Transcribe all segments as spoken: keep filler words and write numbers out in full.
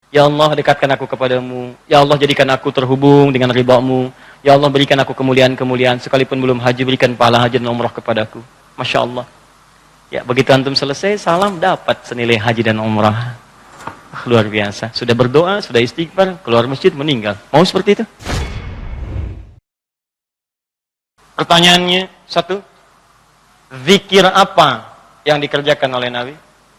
Ya Allah, dekatkan aku kepadamu. Ya Allah, jadikan aku terhubung dengan ridha-Mu. Ya Allah, berikan aku kemuliaan-kemuliaan. Sekalipun belum haji, berikan pahala haji dan umrah kepadaku. Masya Allah. Ya, begitu antum selesai, salam dapat senilai haji dan umrah. Ah, luar biasa. Sudah berdoa, sudah istighfar, keluar masjid, meninggal. Mau seperti itu? Pertanyaannya, satu. Zikir apa yang dikerjakan oleh Nabi?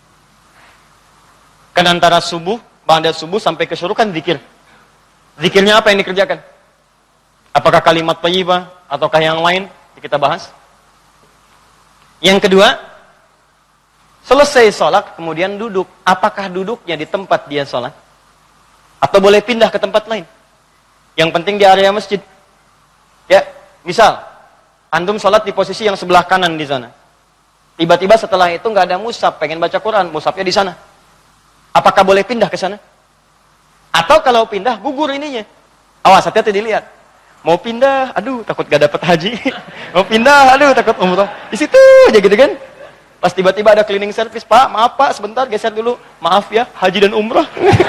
Kan antara subuh, ba'da subuh sampai kesyurukan zikir. Zikirnya apa yang dikerjakan? Apakah kalimat thayyibah ataukah yang lain? Kita bahas. Yang kedua, selesai sholat kemudian duduk. Apakah duduknya di tempat dia sholat? Atau boleh pindah ke tempat lain? Yang penting di area masjid. Ya, misal antum sholat di posisi yang sebelah kanan di sana. Tiba-tiba setelah itu nggak ada mushaf, pengen baca Quran, mushafnya di sana. Apakah boleh pindah ke sana? Atau kalau pindah, gugur ininya. Awas, hati-hati dilihat. Mau pindah, aduh takut gak dapat haji. Mau pindah, aduh takut umroh. Di situ aja gitu kan. Pas tiba-tiba ada cleaning service, Pak, maaf Pak, sebentar geser dulu. Maaf ya, haji dan umroh.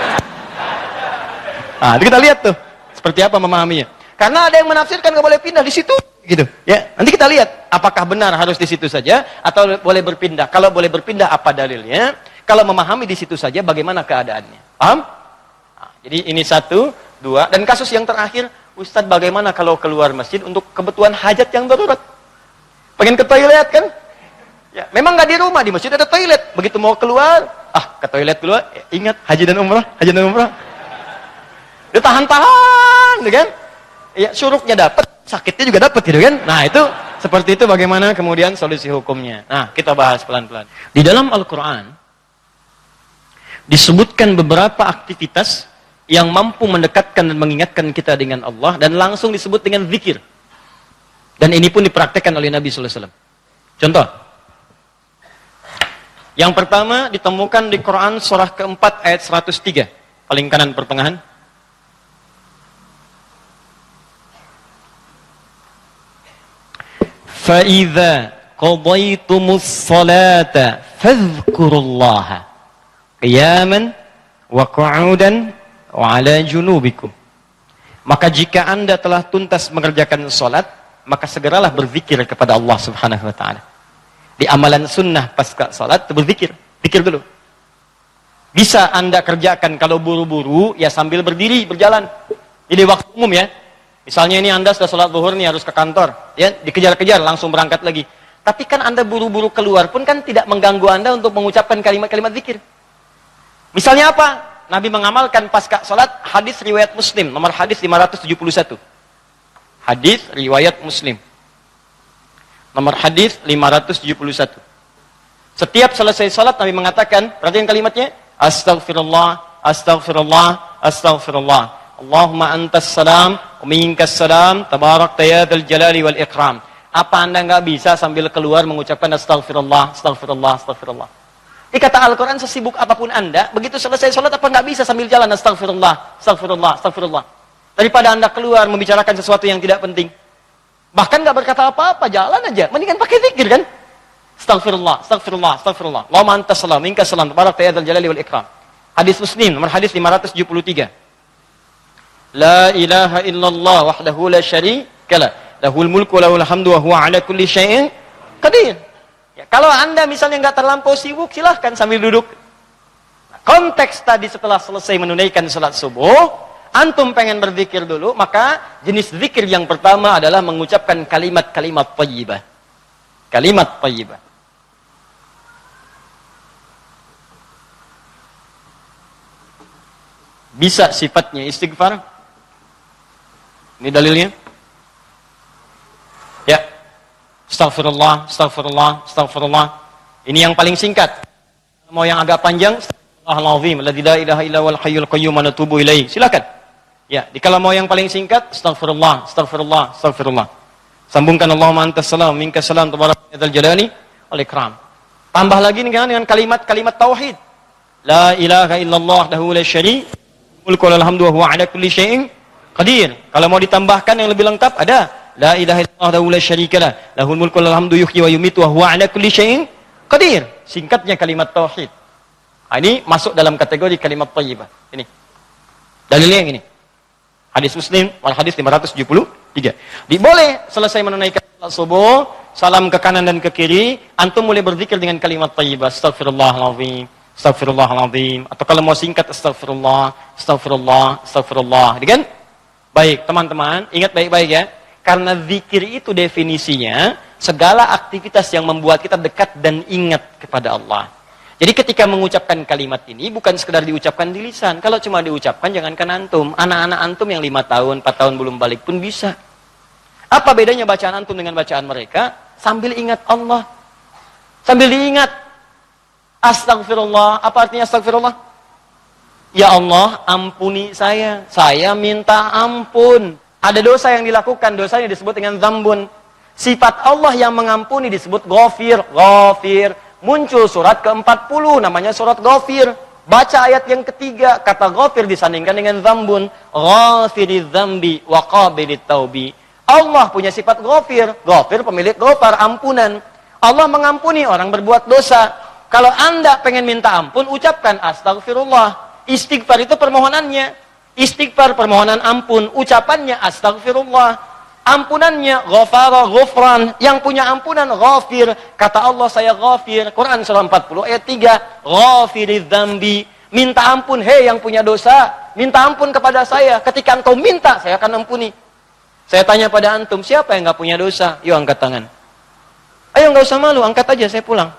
Nah, itu kita lihat tuh. Seperti apa memahaminya. Karena ada yang menafsirkan gak boleh pindah di situ. Gitu, ya. Nanti kita lihat apakah benar harus di situ saja atau boleh berpindah. Kalau boleh berpindah apa dalilnya? Kalau memahami di situ saja bagaimana keadaannya? Paham? Nah, jadi ini satu, dua, dan kasus yang terakhir, Ustadz bagaimana kalau keluar masjid untuk kebutuhan hajat yang darurat? Pengen ke toilet kan? Ya, memang nggak di rumah, di masjid ada toilet. Begitu mau keluar, ah ke toilet keluar, ya, ingat haji dan umrah, haji dan umrah. Dia tahan-tahan, kan? Ya, syuruknya dapat, sakitnya juga dapat gitu kan. Nah itu seperti itu bagaimana kemudian solusi hukumnya. Nah kita bahas pelan-pelan. Di dalam Al-Quran disebutkan beberapa aktivitas yang mampu mendekatkan dan mengingatkan kita dengan Allah, dan langsung disebut dengan zikir. Dan ini pun dipraktekkan oleh Nabi sallallahu alaihi wasallam. Contoh, yang pertama ditemukan di Quran surah keempat ayat seratus tiga, paling kanan pertengahan. فَإِذَا قَضَيْتُمُ الصَّلَاةَ فَاذْكُرُوا اللَّهَ قِيَامًا وَقُعُودًا وَعَلَى جُنُوبِكُمْ. Maka jika Anda telah tuntas mengerjakan salat, maka segeralah berzikir kepada Allah Subhanahu wa taala. Di amalan sunnah pasca salat berzikir, zikir dulu. Bisa Anda kerjakan kalau buru-buru ya sambil berdiri, berjalan. Jadi waktu umum ya. Misalnya ini Anda sudah sholat zuhur nih harus ke kantor, ya dikejar-kejar langsung berangkat lagi. Tapi kan Anda buru-buru keluar pun kan tidak mengganggu Anda untuk mengucapkan kalimat-kalimat zikir. Misalnya apa? Nabi mengamalkan pasca sholat hadis riwayat Muslim, nomor hadis lima ratus tujuh puluh satu. Hadis riwayat Muslim, nomor hadis lima ratus tujuh puluh satu. Setiap selesai sholat Nabi mengatakan, perhatikan kalimatnya, Astaghfirullah, Astaghfirullah, Astaghfirullah. Allahumma antas salam, wa minkas salam, tabarakta ya dzal jalali wal ikram. Apa Anda nggak bisa sambil keluar mengucapkan astagfirullah, astagfirullah, astagfirullah? Di kata Al-Quran, sesibuk apapun Anda, begitu selesai sholat apa nggak bisa sambil jalan astagfirullah, astagfirullah, astagfirullah. Daripada Anda keluar membicarakan sesuatu yang tidak penting. Bahkan nggak berkata apa-apa, jalan aja. Mendingan pakai zikir kan? Astagfirullah, astagfirullah, astagfirullah. Allahumma antas salam, minkas salam, tabarakta ya dzal jalali wal ikram. Hadis Muslim, nomor hadis lima ratus tujuh puluh tiga. La ilaha illallah wahdahu la syarika lah, lahul mulku wa lahul hamdu wa huwa ala kulli syai'in qadir. Ya, kalau Anda misalnya nggak terlampau sibuk, silahkan sambil duduk. Nah, konteks tadi setelah selesai menunaikan salat subuh, antum pengen berzikir dulu, maka jenis zikir yang pertama adalah mengucapkan kalimat-kalimat thayyibah. Kalimat thayyibah. Bisa sifatnya istighfar. Ini dalilnya. Ya. Astaghfirullah, astaghfirullah, astaghfirullah. Ini yang paling singkat. Mau yang agak panjang, Astagfirullahaladzim, alladzi la ilaha illa huwal hayyul qayyum wa natubu ilaihi. Silakan. Ya, di kalau mau yang paling singkat, astaghfirullah, astaghfirullah, astaghfirullah. Sambungkan Allahumma antas salam, minkas salam, tabarakta ya dzal jalali wal ikram. Tambah lagi dengan kalimat-kalimat tauhid. La ilaha illallah wahdahu la syarika mulku wa lahul hamdu wa huwa ala kulli syai'in qadir. Kalau mau ditambahkan yang lebih lengkap ada la ilaha illallah wahdahu la syarikalah, lahul mulku wa lahul hamdu yuhyi wa yumiitu wa huwa ala kulli syai'in qadir. Singkatnya kalimat tauhid. Nah, ini masuk dalam kategori kalimat thayyibah. Ini Dalilnya yang ini. Hadis Muslim, wal hadis lima ratus tujuh puluh tiga. Diboleh selesai menunaikan salat subuh, salam ke kanan dan ke kiri, antum mulai berzikir dengan kalimat thayyibah, astagfirullahalazim, astagfirullahalazim, atau kalau mau singkat astagfirullah, astagfirullah, astagfirullah. Kan? Baik, teman-teman, ingat baik-baik ya. Karena zikir itu definisinya segala aktivitas yang membuat kita dekat dan ingat kepada Allah. Jadi ketika mengucapkan kalimat ini bukan sekedar diucapkan di lisan. Kalau cuma diucapkan jangankan antum. Anak-anak antum yang lima tahun, empat tahun belum balik pun bisa. Apa bedanya bacaan antum dengan bacaan mereka? Sambil ingat Allah. Sambil diingat. Astagfirullah. Apa artinya astagfirullah? Ya Allah, ampuni saya. Saya minta ampun. Ada dosa yang dilakukan. Dosanya disebut dengan zambun. Sifat Allah yang mengampuni disebut ghafir. Ghafir. Muncul surat ke empat puluh, namanya surat Ghafir. Baca ayat yang ketiga, kata Ghafir disandingkan dengan zambun. Ghafiriz zambi wa qabilit taubi. Allah punya sifat Ghafir. Ghafir pemilik ghafar, ampunan. Allah mengampuni orang berbuat dosa. Kalau anda pengen minta ampun, ucapkan astagfirullah. Istighfar itu permohonannya. Istighfar permohonan ampun. Ucapannya astagfirullah. Ampunannya ghafara ghufran, yang punya ampunan ghafir. Kata Allah, saya ghafir. Quran surah empat puluh ayat tiga. Ghafiriz dzambi, minta ampun hei yang punya dosa, minta ampun kepada saya. Ketika engkau minta, saya akan ampuni. Saya tanya pada antum, siapa yang enggak punya dosa? Yuk angkat tangan. Ayo enggak usah malu, angkat aja, saya pulang.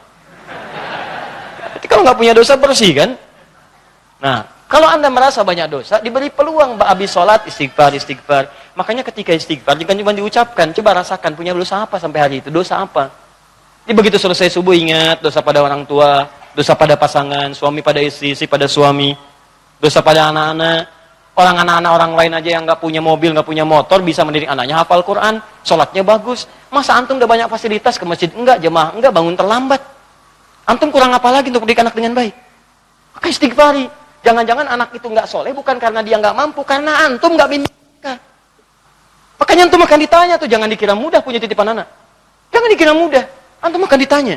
Kalau enggak punya dosa bersih kan? Nah, kalau anda merasa banyak dosa, diberi peluang habis sholat, istighfar, istighfar. Makanya ketika istighfar, jangan cuma diucapkan. Coba rasakan, punya dosa apa sampai hari itu? Dosa apa? Jadi begitu selesai subuh, ingat dosa pada orang tua, dosa pada pasangan, suami pada istri, istri pada suami, dosa pada anak-anak. Orang anak-anak orang lain aja yang nggak punya mobil, nggak punya motor, bisa mendidik anaknya hafal Quran, sholatnya bagus. Masa antum udah banyak fasilitas ke masjid? Enggak, jemaah, enggak, bangun terlambat. Antum kurang apa lagi untuk mendidik anak dengan baik? Maka istighfari. Jangan-jangan anak itu nggak soleh bukan karena dia nggak mampu, karena antum nggak bimbing mereka. Makanya antum akan ditanya tuh, jangan dikira mudah punya titipan anak. Jangan dikira mudah, antum akan ditanya.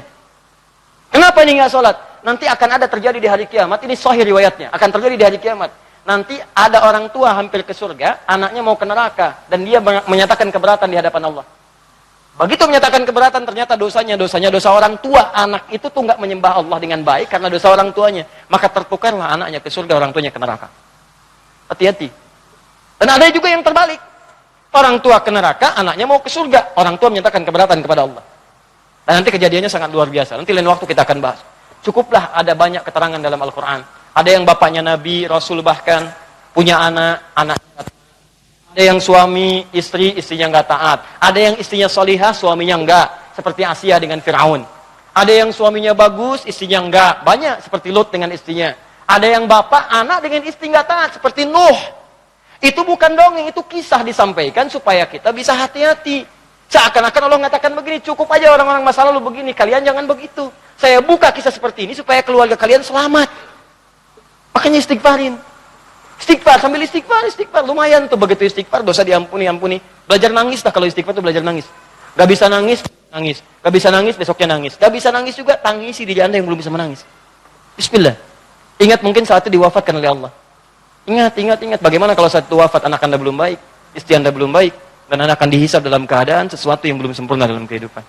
Kenapa ini nggak sholat? Nanti akan ada terjadi di hari kiamat, ini sahih riwayatnya, akan terjadi di hari kiamat. Nanti ada orang tua hampir ke surga, anaknya mau ke neraka, dan dia menyatakan keberatan di hadapan Allah. Begitu menyatakan keberatan, ternyata dosanya, dosanya dosa orang tua. Anak itu tuh nggak menyembah Allah dengan baik karena dosa orang tuanya. Maka tertukarlah anaknya ke surga, orang tuanya ke neraka. Hati-hati. Dan ada juga yang terbalik. Orang tua ke neraka, anaknya mau ke surga. Orang tua menyatakan keberatan kepada Allah. Dan nanti kejadiannya sangat luar biasa. Nanti lain waktu kita akan bahas. Cukuplah ada banyak keterangan dalam Al-Quran. Ada yang bapaknya Nabi, Rasul bahkan, punya anak, anaknya ada yang suami, istri, istrinya nggak taat. Ada yang istrinya solihah, suaminya nggak. Seperti Asia dengan Fir'aun. Ada yang suaminya bagus, istrinya nggak. Banyak seperti Lut dengan istrinya. Ada yang bapak, anak dengan istri nggak taat. Seperti Nuh. Itu bukan dongeng, itu kisah disampaikan supaya kita bisa hati-hati. Seakan-akan Allah mengatakan begini, cukup aja orang-orang masa lalu begini. Kalian jangan begitu. Saya buka kisah seperti ini supaya keluarga kalian selamat. Makanya istighfarin. Istighfar, sambil istighfar, istighfar. Lumayan tuh begitu istighfar, dosa diampuni, ampuni. Belajar nangis lah kalau istighfar tuh belajar nangis. Gak bisa nangis, nangis. Gak bisa nangis, besoknya nangis. Gak bisa nangis juga, tangisi diri anda yang belum bisa menangis. Bismillah. Ingat mungkin saat itu diwafatkan oleh Allah. Ingat, ingat, ingat. Bagaimana kalau saat itu wafat, anak anda belum baik, istri anda belum baik, dan anda akan dihisab dalam keadaan sesuatu yang belum sempurna dalam kehidupan.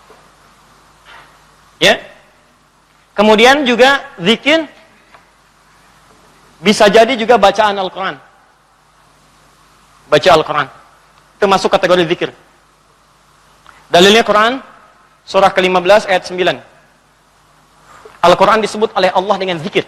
Ya. Kemudian juga zikir. Bisa jadi juga bacaan Al-Quran. Baca Al-Quran. Itu masuk kategori zikir. Dalilnya Quran, surah ke lima belas ayat sembilan. Al-Quran disebut oleh Allah dengan zikir.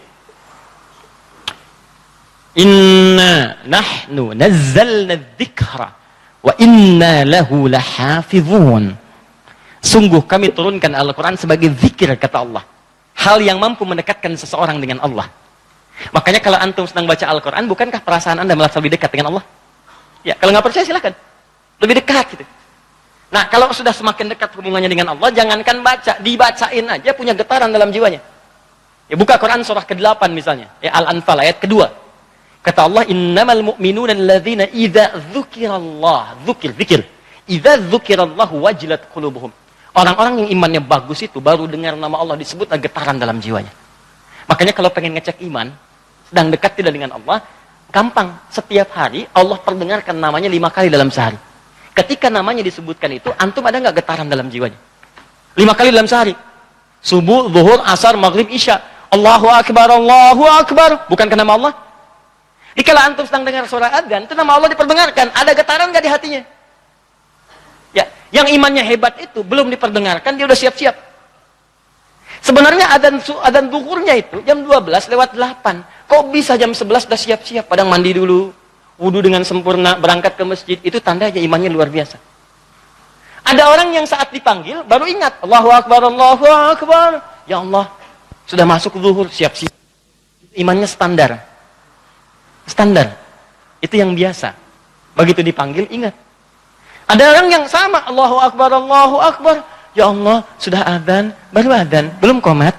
Inna nahnu nazzalna dzikra wa inna lahu lahafizun. Sungguh kami turunkan Al-Quran sebagai zikir, kata Allah. Hal yang mampu mendekatkan seseorang dengan Allah. Makanya kalau antum sedang baca Al-Quran, bukankah perasaan anda merasa lebih dekat dengan Allah? Ya, kalau nggak percaya silahkan. Lebih dekat gitu. Nah, kalau sudah semakin dekat hubungannya dengan Allah, jangankan baca, dibacain aja punya getaran dalam jiwanya. Ya, buka Quran surah ke delapan misalnya. Ya, Al-Anfal ayat kedua. Kata Allah, innamal mu'minuna alladzina idza dzukirallah, dzukir, zikir. Idza dzukirallahu wajilat qulubuhum. Orang-orang yang imannya bagus itu baru dengar nama Allah disebut getaran dalam jiwanya. Makanya kalau pengen ngecek iman, sedang dekat tidak dengan Allah, Gampang. Setiap hari Allah perdengarkan namanya lima kali dalam sehari. Ketika namanya disebutkan itu, antum ada nggak getaran dalam jiwanya? Lima kali dalam sehari. Subuh, zuhur, asar, maghrib, isya. Allahu Akbar, Allahu Akbar. Bukankah nama Allah? Dikala antum sedang dengar suara adzan, itu nama Allah diperdengarkan. Ada getaran nggak di hatinya? Ya, yang imannya hebat itu belum diperdengarkan, dia udah siap-siap. Sebenarnya adzan adzan zuhurnya itu jam dua belas lewat delapan. Kok bisa jam sebelas udah siap-siap? Padang mandi dulu, wudu dengan sempurna, berangkat ke masjid. Itu tandanya imannya luar biasa. Ada orang yang saat dipanggil baru ingat, Allahu Akbar, Allahu Akbar. Ya Allah, sudah masuk zuhur, siap-siap. Imannya standar. Standar. Itu yang biasa. Begitu dipanggil, ingat. Ada orang yang sama, Allahu Akbar, Allahu Akbar. Ya Allah, sudah adzan, baru adzan, belum qomat.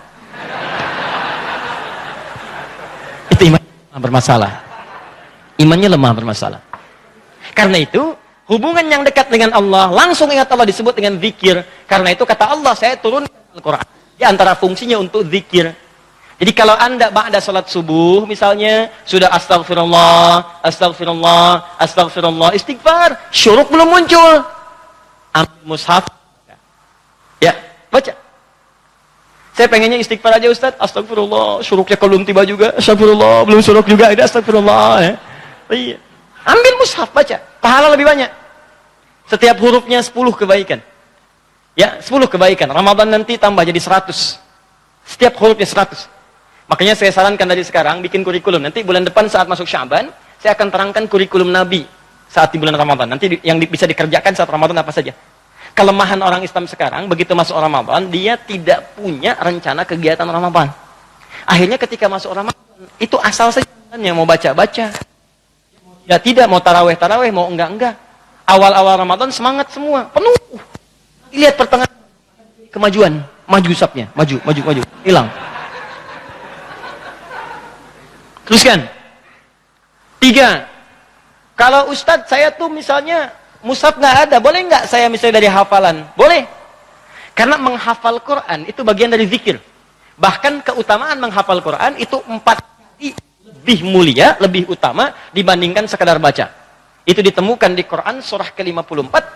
Itu iman bermasalah. Imannya lemah bermasalah. Karena itu, hubungan yang dekat dengan Allah, langsung ingat Allah disebut dengan zikir. Karena itu kata Allah, saya turunkan Al-Quran. Di antara fungsinya untuk zikir. Jadi kalau anda ba'da salat subuh, misalnya, sudah astagfirullah, astagfirullah, astagfirullah, istighfar, syuruk belum muncul. Ambil mushaf. Ya, baca. Saya pengennya istighfar aja Ustaz, astagfirullah, syuruknya belum tiba juga, astagfirullah, belum syuruk juga, ada astagfirullah. Ya. Iya. Ambil mushaf, baca. Pahala lebih banyak. Setiap hurufnya sepuluh kebaikan. Ya, sepuluh kebaikan. Ramadan nanti tambah jadi seratus. Setiap hurufnya seratus. Makanya saya sarankan dari sekarang bikin kurikulum. Nanti bulan depan saat masuk Sya'ban, saya akan terangkan kurikulum Nabi saat di bulan Ramadan. Nanti yang bisa dikerjakan saat Ramadan apa saja. Kelemahan orang Islam sekarang, begitu masuk Ramadan, dia tidak punya rencana kegiatan Ramadan. Akhirnya ketika masuk Ramadan, itu asal saja yang mau baca-baca. Ya tidak, mau taraweh-taraweh, mau enggak-enggak. Awal-awal Ramadan semangat semua, penuh. Lihat pertengahan kemajuan, maju sapnya, maju, maju, maju, hilang. Teruskan. Tiga. Kalau Ustadz saya tuh misalnya mushaf nggak ada, boleh nggak saya misalnya dari hafalan? Boleh. Karena menghafal Quran itu bagian dari zikir. Bahkan keutamaan menghafal Quran itu empat kali lebih mulia, lebih utama dibandingkan sekadar baca. Itu ditemukan di Quran surah ke lima puluh empat.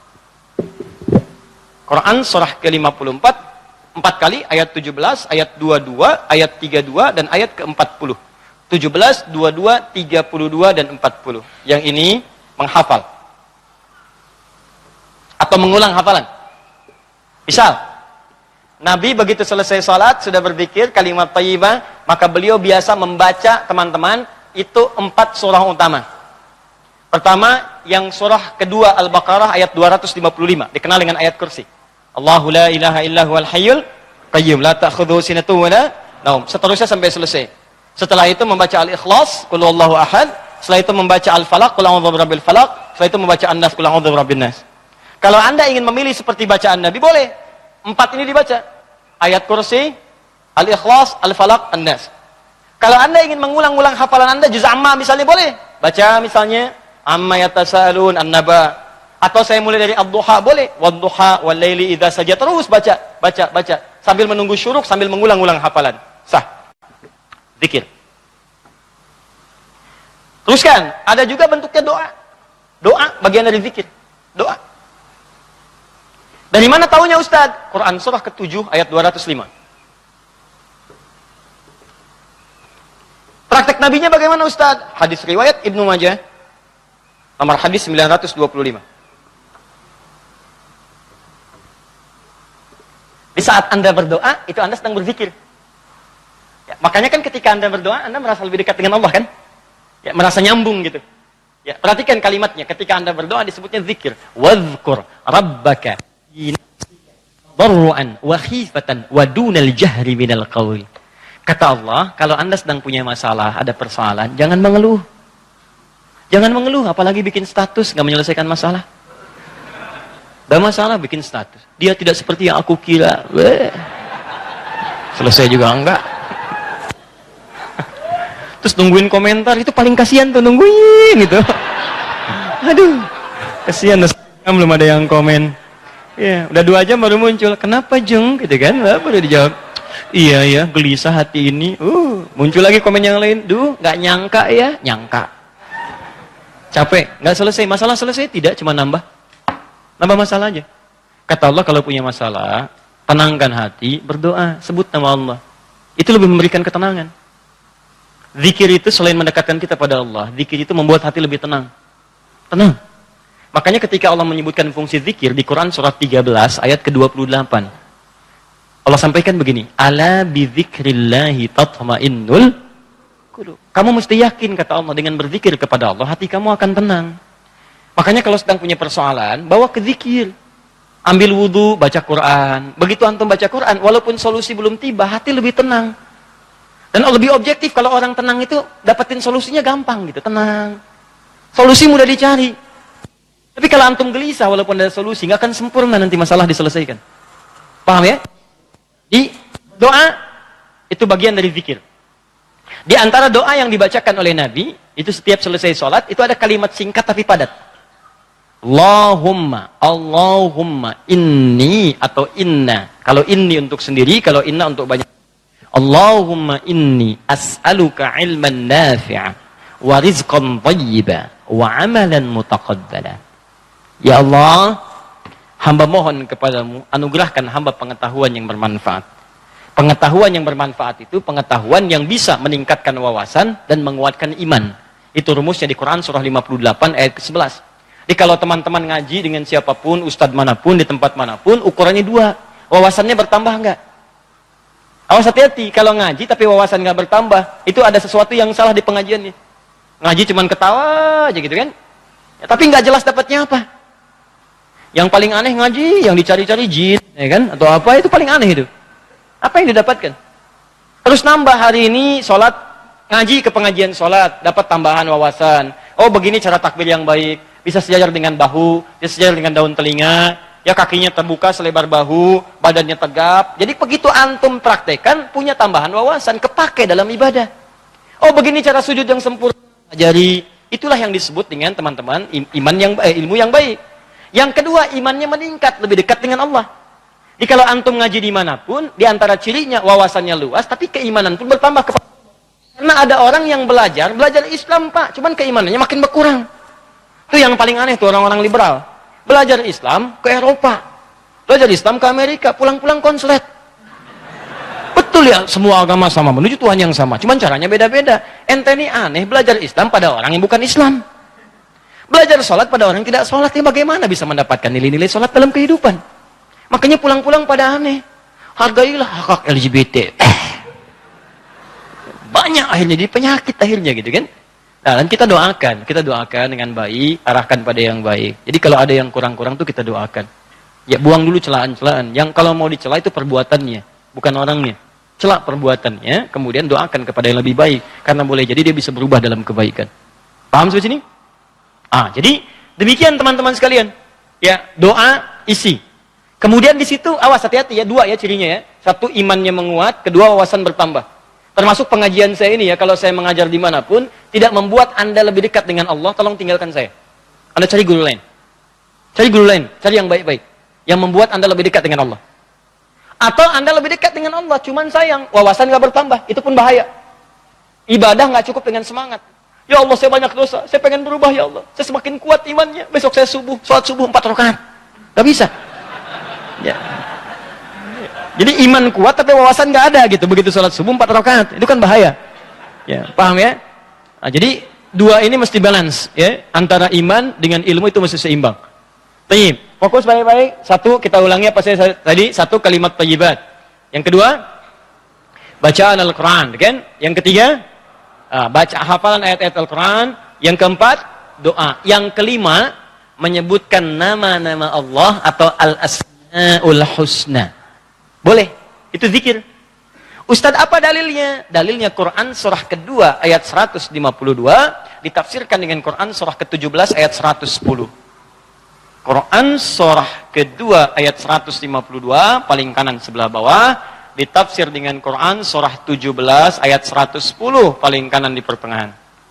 Quran surah ke lima puluh empat, empat kali ayat tujuh belas, ayat dua puluh dua, ayat tiga puluh dua dan ayat ke empat puluh. tujuh belas, dua puluh dua, tiga puluh dua dan empat puluh. Yang ini menghafal atau mengulang hafalan. Misal, Nabi begitu selesai salat sudah berzikir kalimat thayyibah, maka beliau biasa membaca teman-teman itu empat surah utama. Pertama, yang surah kedua Al-Baqarah ayat dua ratus lima puluh lima, dikenal dengan ayat kursi. Allahu la ilaha illa huwal hayyul qayyum la ta'khudhuhu sinatun wa la naum. Seterusnya sampai selesai. Setelah itu membaca Al-Ikhlas, Qul huwallahu ahad. Setelah itu membaca Al-Falaq, Qul a'udzu birabbil falaq. Setelah itu membaca An-Nas, Qul a'udzu birabbin nas. Kalau Anda ingin memilih seperti bacaan Nabi, boleh. Empat ini dibaca. Ayat kursi, Al-Ikhlas, Al-Falaq, An-Nas. Kalau Anda ingin mengulang-ulang hafalan Anda, juz amma misalnya boleh. Baca misalnya Amma yatasaalun an-naba. Atau saya mulai dari ad-duha boleh. Wad-duha wal laili idza saja, terus baca, baca, baca sambil menunggu syuruk, sambil mengulang-ulang hafalan. Sah. Zikir. Teruskan, ada juga bentuknya doa. Doa bagian dari zikir. Doa. Dari mana taunya Ustaz? Quran surah ketujuh ayat dua ratus lima. Praktek nabinya bagaimana Ustaz? Hadis riwayat Ibnu Majah. Nomor hadis sembilan ratus dua puluh lima. Di saat Anda berdoa, itu Anda sedang berzikir. Ya, makanya kan ketika Anda berdoa, Anda merasa lebih dekat dengan Allah kan? Ya, merasa nyambung gitu. Ya, perhatikan kalimatnya. Ketika Anda berdoa disebutnya zikir. Wadhkur rabbaka darru'an wa khifatan wa dunal jahri minal qawl. Kata Allah, kalau Anda sedang punya masalah, ada persoalan, jangan mengeluh. Jangan mengeluh, apalagi bikin status, nggak menyelesaikan masalah. Ada masalah, bikin status. Dia tidak seperti yang aku kira. Weh. Selesai juga enggak. Terus nungguin komentar, itu paling kasihan tuh, nungguin gitu. Aduh, kasihan, belum ada yang komen. Ya, udah dua jam baru muncul. Kenapa Jeng? Gitu kan, baru dijawab. Iya ya, gelisah hati ini. Uh, muncul lagi komen yang lain. Duh, nggak nyangka ya, nyangka. Capek, nggak selesai. Masalah selesai tidak, cuma nambah. Nambah masalah aja. Kata Allah kalau punya masalah, tenangkan hati, berdoa, sebut nama Allah. Itu lebih memberikan ketenangan. Zikir itu selain mendekatkan kita pada Allah, zikir itu membuat hati lebih tenang. Tenang. Makanya ketika Allah menyebutkan fungsi zikir di Quran surat tiga belas ayat ke dua puluh delapan. Allah sampaikan begini, ala bidzikrillahi tatmainnul qulub. Kamu mesti yakin kata Allah dengan berzikir kepada Allah, hati kamu akan tenang. Makanya kalau sedang punya persoalan, bawa ke zikir. Ambil wudu, baca Quran. Begitu antum baca Quran, walaupun solusi belum tiba, hati lebih tenang. Dan lebih objektif kalau orang tenang itu dapetin solusinya gampang gitu, tenang. Solusi mudah dicari. Tapi kalau antum gelisah walaupun ada solusi, nggak akan sempurna nanti masalah diselesaikan. Paham ya? Di doa itu bagian dari zikir. Di antara doa yang dibacakan oleh Nabi, itu setiap selesai sholat, itu ada kalimat singkat tapi padat. Allahumma, Allahumma inni atau inna. Kalau inni untuk sendiri, kalau inna untuk banyak. Allahumma inni as'aluka ilman nafi'a wa rizqan thayyiba wa amalan mutaqabbala. Ya Allah, hamba mohon kepadamu, anugerahkan hamba pengetahuan yang bermanfaat. Pengetahuan yang bermanfaat itu pengetahuan yang bisa meningkatkan wawasan dan menguatkan iman. Itu rumusnya di Quran surah lima puluh delapan ayat ke sebelas. Jadi kalau teman-teman ngaji dengan siapapun, ustadz manapun, di tempat manapun, ukurannya dua. Wawasannya bertambah enggak? Awas hati-hati, kalau ngaji tapi wawasan enggak bertambah, itu ada sesuatu yang salah di pengajiannya. Ngaji cuman ketawa aja gitu kan? Ya, tapi enggak jelas dapatnya apa. Yang paling aneh ngaji, yang dicari-cari jin, ya kan? Atau apa, itu paling aneh itu. Apa yang didapatkan? Terus nambah hari ini sholat, ngaji ke pengajian sholat, dapat tambahan wawasan. Oh begini cara takbir yang baik, bisa sejajar dengan bahu, bisa sejajar dengan daun telinga, ya kakinya terbuka selebar bahu, badannya tegap. Jadi begitu antum praktekan, punya tambahan wawasan, kepake dalam ibadah. Oh begini cara sujud yang sempurna, ajari. Itulah yang disebut dengan teman-teman iman yang eh, ilmu yang baik. Yang kedua, imannya meningkat, lebih dekat dengan Allah. Jadi kalau antum ngaji dimanapun, di antara cirinya wawasannya luas, tapi keimanan pun bertambah. Kepada Karena ada orang yang belajar, belajar Islam Pak, cuman keimanannya makin berkurang. Itu yang paling aneh tuh orang-orang liberal. Belajar Islam ke Eropa, belajar Islam ke Amerika, pulang-pulang konslet. Betul ya, semua agama sama, menuju Tuhan yang sama, cuman caranya beda-beda. Ente ini aneh, belajar Islam pada orang yang bukan Islam. Belajar sholat pada orang yang tidak sholat, ya bagaimana bisa mendapatkan nilai-nilai sholat dalam kehidupan? Makanya pulang-pulang pada aneh. Hargailah hak-hak L G B T. Eh. Banyak akhirnya, jadi penyakit akhirnya gitu kan. Nah, dan kita doakan, kita doakan dengan baik, arahkan pada yang baik. Jadi kalau ada yang kurang-kurang tuh kita doakan. Ya buang dulu celaan-celaan. Yang kalau mau dicela itu perbuatannya, bukan orangnya. Celak perbuatannya, kemudian doakan kepada yang lebih baik. Karena boleh jadi dia bisa berubah dalam kebaikan. Paham sampai sini? Ah, jadi demikian teman-teman sekalian. Ya, doa isi. Kemudian di situ awas hati-hati ya, dua ya cirinya ya. Satu imannya menguat, kedua wawasan bertambah. Termasuk pengajian saya ini ya, kalau saya mengajar dimanapun, tidak membuat Anda lebih dekat dengan Allah, tolong tinggalkan saya. Anda cari guru lain. Cari guru lain, cari yang baik-baik. Yang membuat Anda lebih dekat dengan Allah. Atau Anda lebih dekat dengan Allah, cuman sayang, wawasan gak bertambah, itu pun bahaya. Ibadah gak cukup dengan semangat. Ya Allah, saya banyak dosa, saya pengen berubah ya Allah. Saya semakin kuat imannya, besok saya subuh, sholat subuh empat rakaat. Gak bisa. Ya. Jadi iman kuat tapi wawasan nggak ada gitu. Begitu sholat subuh empat rakaat, itu kan bahaya. Ya, paham ya? Nah, jadi dua ini mesti balance ya, antara iman dengan ilmu itu mesti seimbang. Tayyib. Fokus baik-baik. Satu, kita ulangi apa saya tadi, satu kalimat thayyibat. Yang kedua, bacaan Al-Qur'an, kan? Yang ketiga, baca hafalan ayat-ayat Al-Qur'an. Yang keempat, doa. Yang kelima, menyebutkan nama-nama Allah atau Al-Asmaul Husna. Boleh, itu zikir. Ustadz, apa dalilnya? Dalilnya Quran surah kedua ayat seratus lima puluh dua ditafsirkan dengan Quran surah ke tujuh belas ayat seratus sepuluh. Quran surah kedua ayat seratus lima puluh dua paling kanan sebelah bawah ditafsir dengan Quran surah tujuh belas ayat seratus sepuluh paling kanan di pertengahan.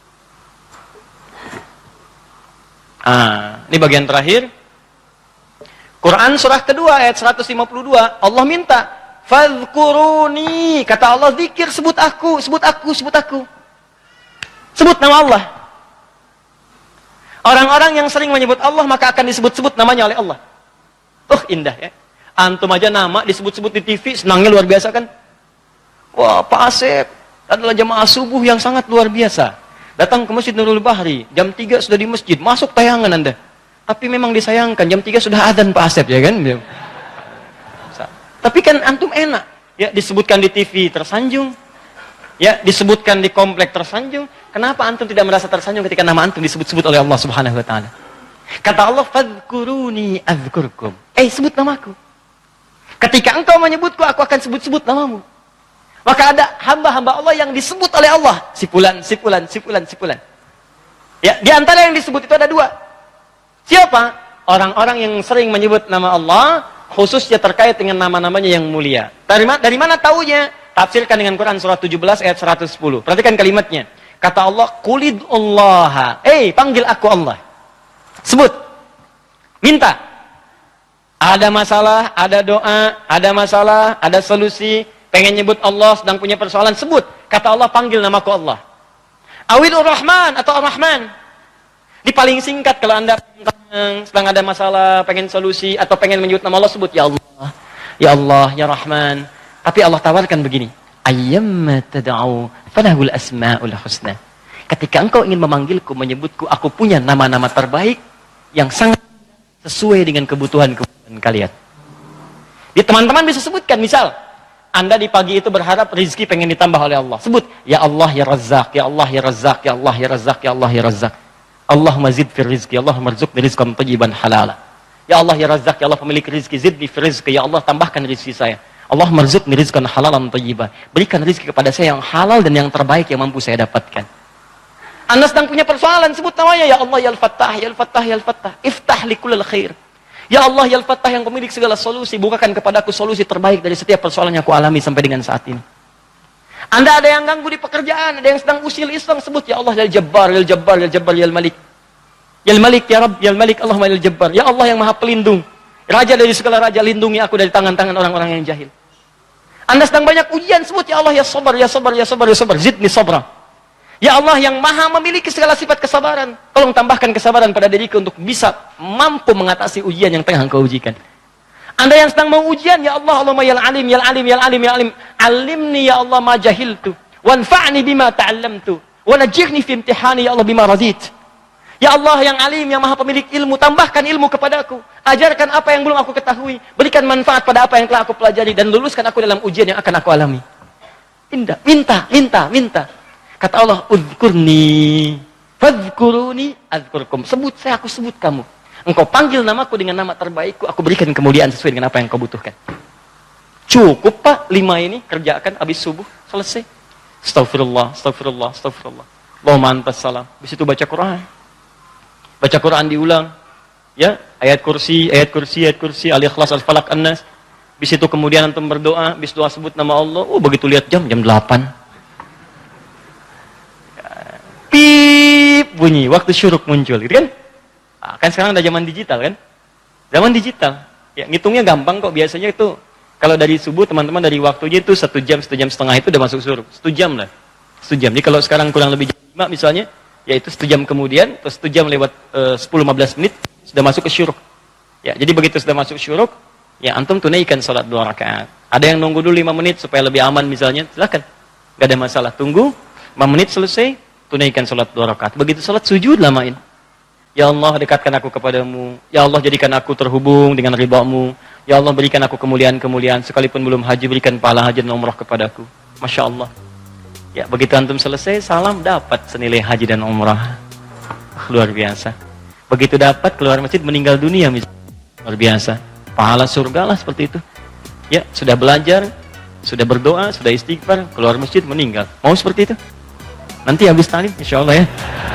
Ah, ini bagian terakhir. Quran surah kedua ayat seratus lima puluh dua, Allah minta Fadhkuruni. Kata Allah, zikir, sebut aku, sebut aku, sebut aku. Sebut nama Allah. Orang-orang yang sering menyebut Allah, maka akan disebut-sebut namanya oleh Allah. Oh, indah ya. Antum aja nama disebut-sebut di T V, senangnya luar biasa kan? Wah, Pak Asep adalah jemaah subuh yang sangat luar biasa. Datang ke Masjid Nurul Bahri, jam tiga sudah di masjid, masuk tayangan Anda. Tapi memang disayangkan, jam tiga sudah adzan Pak Asep, ya kan? Tapi kan antum enak, ya disebutkan di T V tersanjung, ya disebutkan di komplek tersanjung. Kenapa antum tidak merasa tersanjung ketika nama antum disebut-sebut oleh Allah Subhanahu wa taala? Kata Allah, "Fadhkuruni adzkurkum." Eh, sebut namaku. Ketika engkau menyebutku, aku akan sebut-sebut namamu. Maka ada hamba-hamba Allah yang disebut oleh Allah. Si fulan, si fulan, si fulan, si fulan. Ya, di antara yang disebut itu ada dua. Siapa? Orang-orang yang sering menyebut nama Allah, khususnya terkait dengan nama-namanya yang mulia. Dari, ma dari mana taunya? Tafsirkan dengan Quran surat tujuh belas ayat seratus sepuluh. Perhatikan kalimatnya. Kata Allah, "Qulidullaha." Eh, panggil aku Allah. Sebut. Minta. Ada masalah, ada doa, ada masalah, ada solusi. Pengen nyebut Allah, sedang punya persoalan, sebut. Kata Allah, panggil namaku Allah. Awilur Rahman atau Ar-Rahman. Di paling singkat kalau Anda sedang ada masalah, pengen solusi, atau pengen menyebut nama Allah, sebut Ya Allah, Ya Allah, Ya Rahman. Tapi Allah tawarkan begini, ayyamma tad'u falahul asma'ul husna. Ketika engkau ingin memanggilku, menyebutku, aku punya nama-nama terbaik yang sangat sesuai dengan kebutuhan-kebutuhan kalian. Ya, teman-teman bisa sebutkan, misal Anda di pagi itu berharap rezeki pengen ditambah oleh Allah. Sebut, Ya Allah, Ya Razzaq, Ya Allah, Ya Razzaq, Ya Allah, Ya Razzaq, Ya Allah, Ya Razzaq. Allahumma zid fir rizqi, Allahumma rzuqni rizqan thayyiban halala. Ya Allah, Ya Razzaq, Ya Allah pemilik rezeki, zidni fir rizqi, Ya Allah tambahkan rezeki saya. Allahumma rzuqni rizqan halalan thayyiban. Berikan rezeki kepada saya yang halal dan yang terbaik yang mampu saya dapatkan. Anda sedang punya persoalan, sebut namanya, Ya Allah, Ya Al-Fattah, Ya Al-Fattah, Ya Al-Fattah. Iftah li kullil khair. Ya Allah, Ya Al-Fattah yang pemilik segala solusi, bukakan kepadaku solusi terbaik dari setiap persoalan yang aku alami sampai dengan saat ini. Anda ada yang ganggu di pekerjaan, ada yang sedang usil iseng, sebut Ya Allah, Ya Jabbar, Ya Jabbar, Ya Jabbar, Ya Malik. Ya Malik, Ya Rabb, Ya Malik, Allahumma Ya Jabbar. Ya Allah yang Maha Pelindung. Raja dari segala raja, lindungi aku dari tangan-tangan orang-orang yang jahil. Anda sedang banyak ujian, sebut Ya Allah, Ya Sabar, Ya Sabar, Ya Sabar, Ya Sabar. Zidni sabra. Ya Allah yang Maha memiliki segala sifat kesabaran. Tolong tambahkan kesabaran pada diriku untuk bisa mampu mengatasi ujian yang tengah engkau ujikan. Anda yang sedang mau ujian, Ya Allah, Allahumma Ya Alim, Ya Alim, Ya Alim, Ya Alim. Alimni Ya Allah ma jahiltu. Wanfa'ni bima ta'allamtu. Wanajirni fi imtihani Ya Allah bima radit. Ya Allah yang Alim, yang Maha pemilik ilmu, tambahkan ilmu kepadaku. Ajarkan apa yang belum aku ketahui. Berikan manfaat pada apa yang telah aku pelajari. Dan luluskan aku dalam ujian yang akan aku alami. Indah. Minta, minta, minta. Kata Allah, "Udhkurni, fadhkuruni, adzkurkum." Sebut saya, aku sebut kamu. Engkau panggil namaku dengan nama terbaikku, aku berikan kemuliaan sesuai dengan apa yang kau butuhkan. Cukup Pak, lima ini kerjakan habis subuh, selesai. Astaghfirullah, astaghfirullah, astaghfirullah. Allahumma antas salam. Habis itu baca Quran. Baca Quran diulang. Ya, ayat kursi, ayat kursi, ayat kursi, Al-Ikhlas, Al-Falaq, An-Nas. Habis itu kemudian antum berdoa, habis doa sebut nama Allah. Oh, begitu lihat jam, jam delapan. Pip bunyi, waktu syuruk muncul, gitu kan? Nah, kan sekarang ada zaman digital kan? Zaman digital. Ya, ngitungnya gampang kok, biasanya itu kalau dari subuh teman-teman dari waktunya itu satu jam, satu jam setengah itu udah masuk syuruk. Satu jam lah. Satu jam. Jadi kalau sekarang kurang lebih jam lima misalnya, ya itu satu jam kemudian, terus satu jam lewat uh, sepuluh sampai lima belas menit sudah masuk ke syuruk. Ya, jadi begitu sudah masuk syuruk, ya antum tunaikan salat dua rakaat. Ada yang nunggu dulu lima menit supaya lebih aman misalnya, silakan. Gak ada masalah. Tunggu lima menit selesai. Tunaikan salat dua rakaat. Begitu salat sujud lamain. Ya Allah dekatkan aku kepadamu. Ya Allah jadikan aku terhubung dengan ridhamu. Ya Allah berikan aku kemuliaan-kemuliaan. Sekalipun belum haji berikan pahala haji dan umrah kepadaku. Masya Allah. Ya begitu antum selesai salam dapat senilai haji dan umrah. Luar biasa. Begitu dapat keluar masjid meninggal dunia misalnya. Luar biasa. Pahala surga lah seperti itu. Ya sudah belajar, sudah berdoa, sudah istighfar, keluar masjid meninggal. Mau seperti itu? Nanti habis talim insya Allah ya.